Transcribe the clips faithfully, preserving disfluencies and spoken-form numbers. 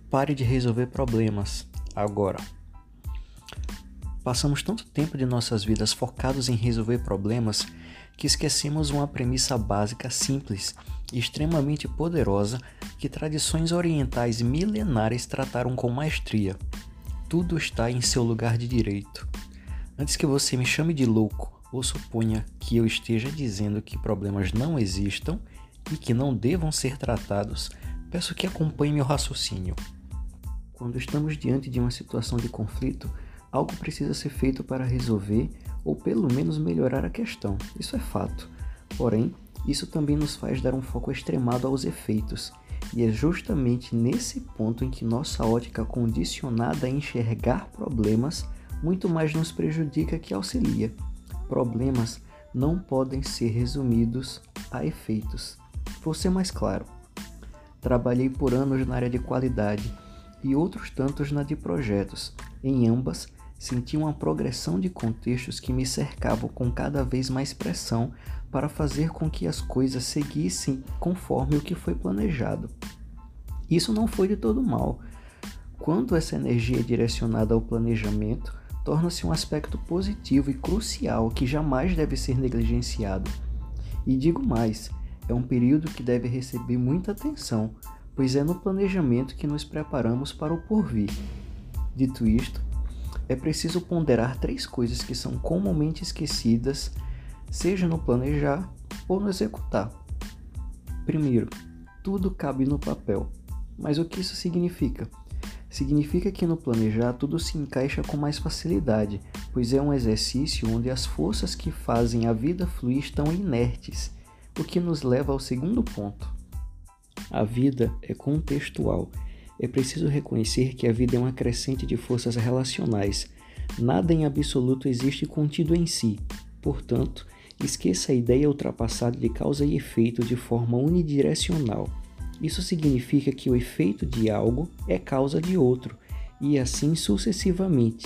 Pare de resolver problemas agora. Passamos tanto tempo de nossas vidas focados em resolver problemas que esquecemos uma premissa básica simples e extremamente poderosa que tradições orientais milenares trataram com maestria. Tudo está em seu lugar de direito. Antes que você me chame de louco ou suponha que eu esteja dizendo que problemas não existam e que não devam ser tratados, peço que acompanhe meu raciocínio. Quando estamos diante de uma situação de conflito, algo precisa ser feito para resolver ou pelo menos melhorar a questão. Isso é fato. Porém, isso também nos faz dar um foco extremado aos efeitos. E é justamente nesse ponto em que nossa ótica condicionada a enxergar problemas muito mais nos prejudica que auxilia. Problemas não podem ser resumidos a efeitos. Vou ser mais claro. Trabalhei por anos na área de qualidade e outros tantos na de projetos. Em ambas, senti uma progressão de contextos que me cercavam com cada vez mais pressão para fazer com que as coisas seguissem conforme o que foi planejado. Isso não foi de todo mal. Quando essa energia é direcionada ao planejamento, torna-se um aspecto positivo e crucial que jamais deve ser negligenciado. E digo mais, é um período que deve receber muita atenção, pois é no planejamento que nos preparamos para o porvir. Dito isto, é preciso ponderar três coisas que são comumente esquecidas, seja no planejar ou no executar. Primeiro, tudo cabe no papel. Mas o que isso significa? Significa que no planejar tudo se encaixa com mais facilidade, pois é um exercício onde as forças que fazem a vida fluir estão inertes, o que nos leva ao segundo ponto. A vida é contextual. É preciso reconhecer que a vida é uma crescente de forças relacionais. Nada em absoluto existe contido em si. Portanto, esqueça a ideia ultrapassada de causa e efeito de forma unidirecional. Isso significa que o efeito de algo é causa de outro, e assim sucessivamente.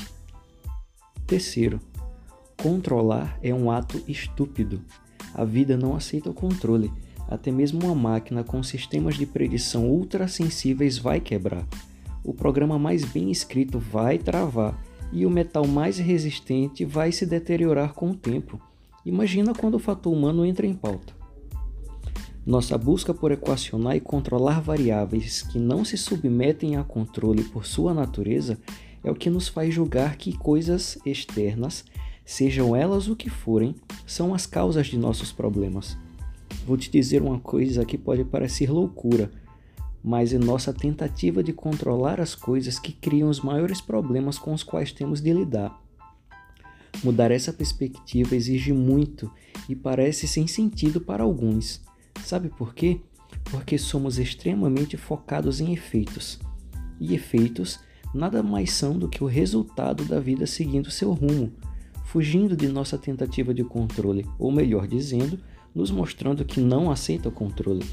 Terceiro, controlar é um ato estúpido. A vida não aceita o controle. Até mesmo uma máquina com sistemas de predição ultrassensíveis vai quebrar. O programa mais bem escrito vai travar e o metal mais resistente vai se deteriorar com o tempo. Imagina quando o fator humano entra em pauta. Nossa busca por equacionar e controlar variáveis que não se submetem a controle por sua natureza é o que nos faz julgar que coisas externas, sejam elas o que forem, são as causas de nossos problemas. Vou te dizer uma coisa que pode parecer loucura, mas é nossa tentativa de controlar as coisas que criam os maiores problemas com os quais temos de lidar. Mudar essa perspectiva exige muito e parece sem sentido para alguns. Sabe por quê? Porque somos extremamente focados em efeitos. E efeitos nada mais são do que o resultado da vida seguindo seu rumo, fugindo de nossa tentativa de controle, ou melhor dizendo, nos mostrando que não aceita o controle.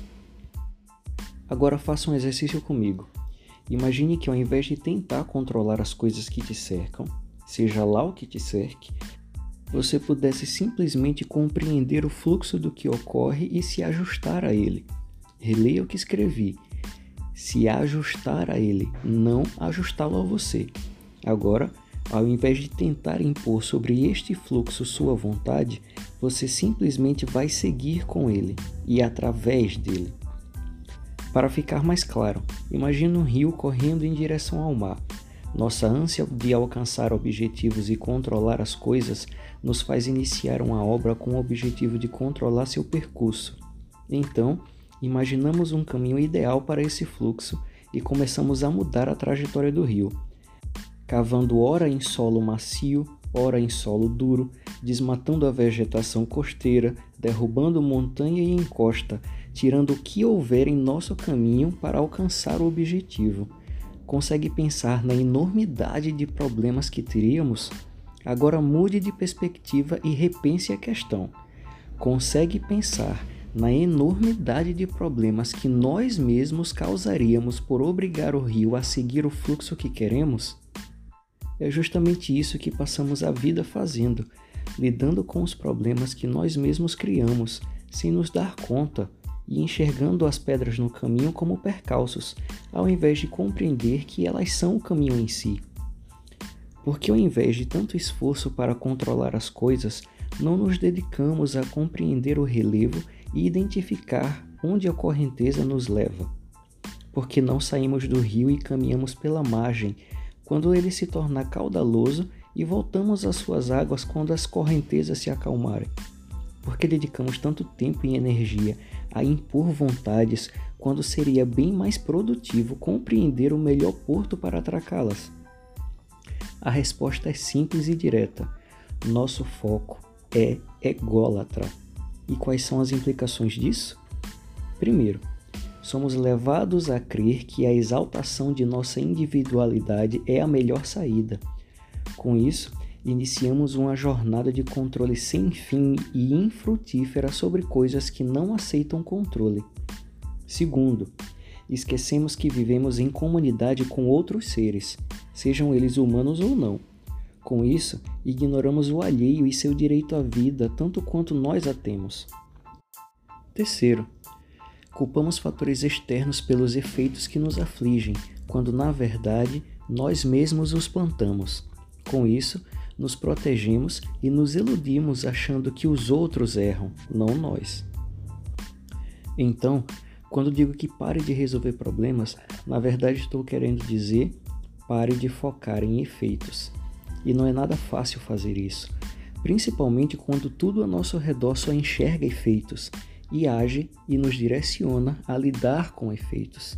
Agora faça um exercício comigo. Imagine que ao invés de tentar controlar as coisas que te cercam, seja lá o que te cerque, você pudesse simplesmente compreender o fluxo do que ocorre e se ajustar a ele. Releia o que escrevi. Se ajustar a ele, não ajustá-lo a você. Agora, ao invés de tentar impor sobre este fluxo sua vontade, você simplesmente vai seguir com ele e através dele. Para ficar mais claro, imagine um rio correndo em direção ao mar. Nossa ânsia de alcançar objetivos e controlar as coisas nos faz iniciar uma obra com o objetivo de controlar seu percurso. Então, imaginamos um caminho ideal para esse fluxo e começamos a mudar a trajetória do rio, cavando ora em solo macio, ora em solo duro, desmatando a vegetação costeira, derrubando montanha e encosta, tirando o que houver em nosso caminho para alcançar o objetivo. Consegue pensar na enormidade de problemas que teríamos? Agora mude de perspectiva e repense a questão. Consegue pensar na enormidade de problemas que nós mesmos causaríamos por obrigar o rio a seguir o fluxo que queremos? É justamente isso que passamos a vida fazendo, lidando com os problemas que nós mesmos criamos, sem nos dar conta, e enxergando as pedras no caminho como percalços, ao invés de compreender que elas são o caminho em si. Porque ao invés de tanto esforço para controlar as coisas, não nos dedicamos a compreender o relevo e identificar onde a correnteza nos leva. Porque não saímos do rio e caminhamos pela margem, quando ele se tornar caudaloso, e voltamos às suas águas quando as correntezas se acalmarem. Porque dedicamos tanto tempo e energia a impor vontades, quando seria bem mais produtivo compreender o melhor porto para atracá-las. A resposta é simples e direta. Nosso foco é ególatra. E quais são as implicações disso? Primeiro, somos levados a crer que a exaltação de nossa individualidade é a melhor saída. Com isso, iniciamos uma jornada de controle sem fim e infrutífera sobre coisas que não aceitam controle. Segundo, esquecemos que vivemos em comunidade com outros seres, sejam eles humanos ou não. Com isso, ignoramos o alheio e seu direito à vida tanto quanto nós a temos. Terceiro, culpamos fatores externos pelos efeitos que nos afligem, quando na verdade nós mesmos os plantamos. Com isso, nos protegemos e nos iludimos achando que os outros erram, não nós. Então, quando digo que pare de resolver problemas, na verdade estou querendo dizer pare de focar em efeitos. E não é nada fácil fazer isso, principalmente quando tudo ao nosso redor só enxerga efeitos e age e nos direciona a lidar com efeitos.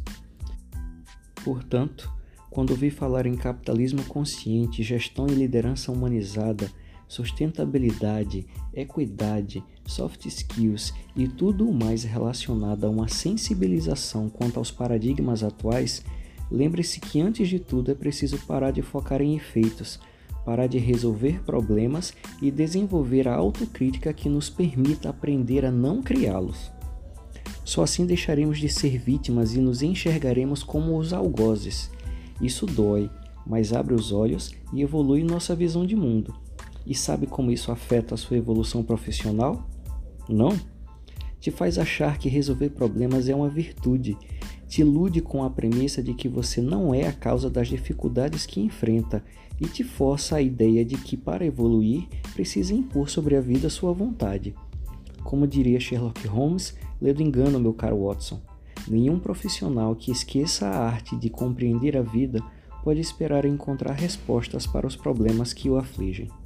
Portanto, quando ouvi falar em capitalismo consciente, gestão e liderança humanizada, sustentabilidade, equidade, soft skills e tudo o mais relacionado a uma sensibilização quanto aos paradigmas atuais, lembre-se que antes de tudo é preciso parar de focar em efeitos, parar de resolver problemas e desenvolver a autocrítica que nos permita aprender a não criá-los. Só assim deixaremos de ser vítimas e nos enxergaremos como os algozes. Isso dói, mas abre os olhos e evolui nossa visão de mundo. E sabe como isso afeta a sua evolução profissional? Não? Te faz achar que resolver problemas é uma virtude. Te ilude com a premissa de que você não é a causa das dificuldades que enfrenta e te força a ideia de que para evoluir precisa impor sobre a vida sua vontade. Como diria Sherlock Holmes, lê do engano, meu caro Watson. Nenhum profissional que esqueça a arte de compreender a vida pode esperar encontrar respostas para os problemas que o afligem.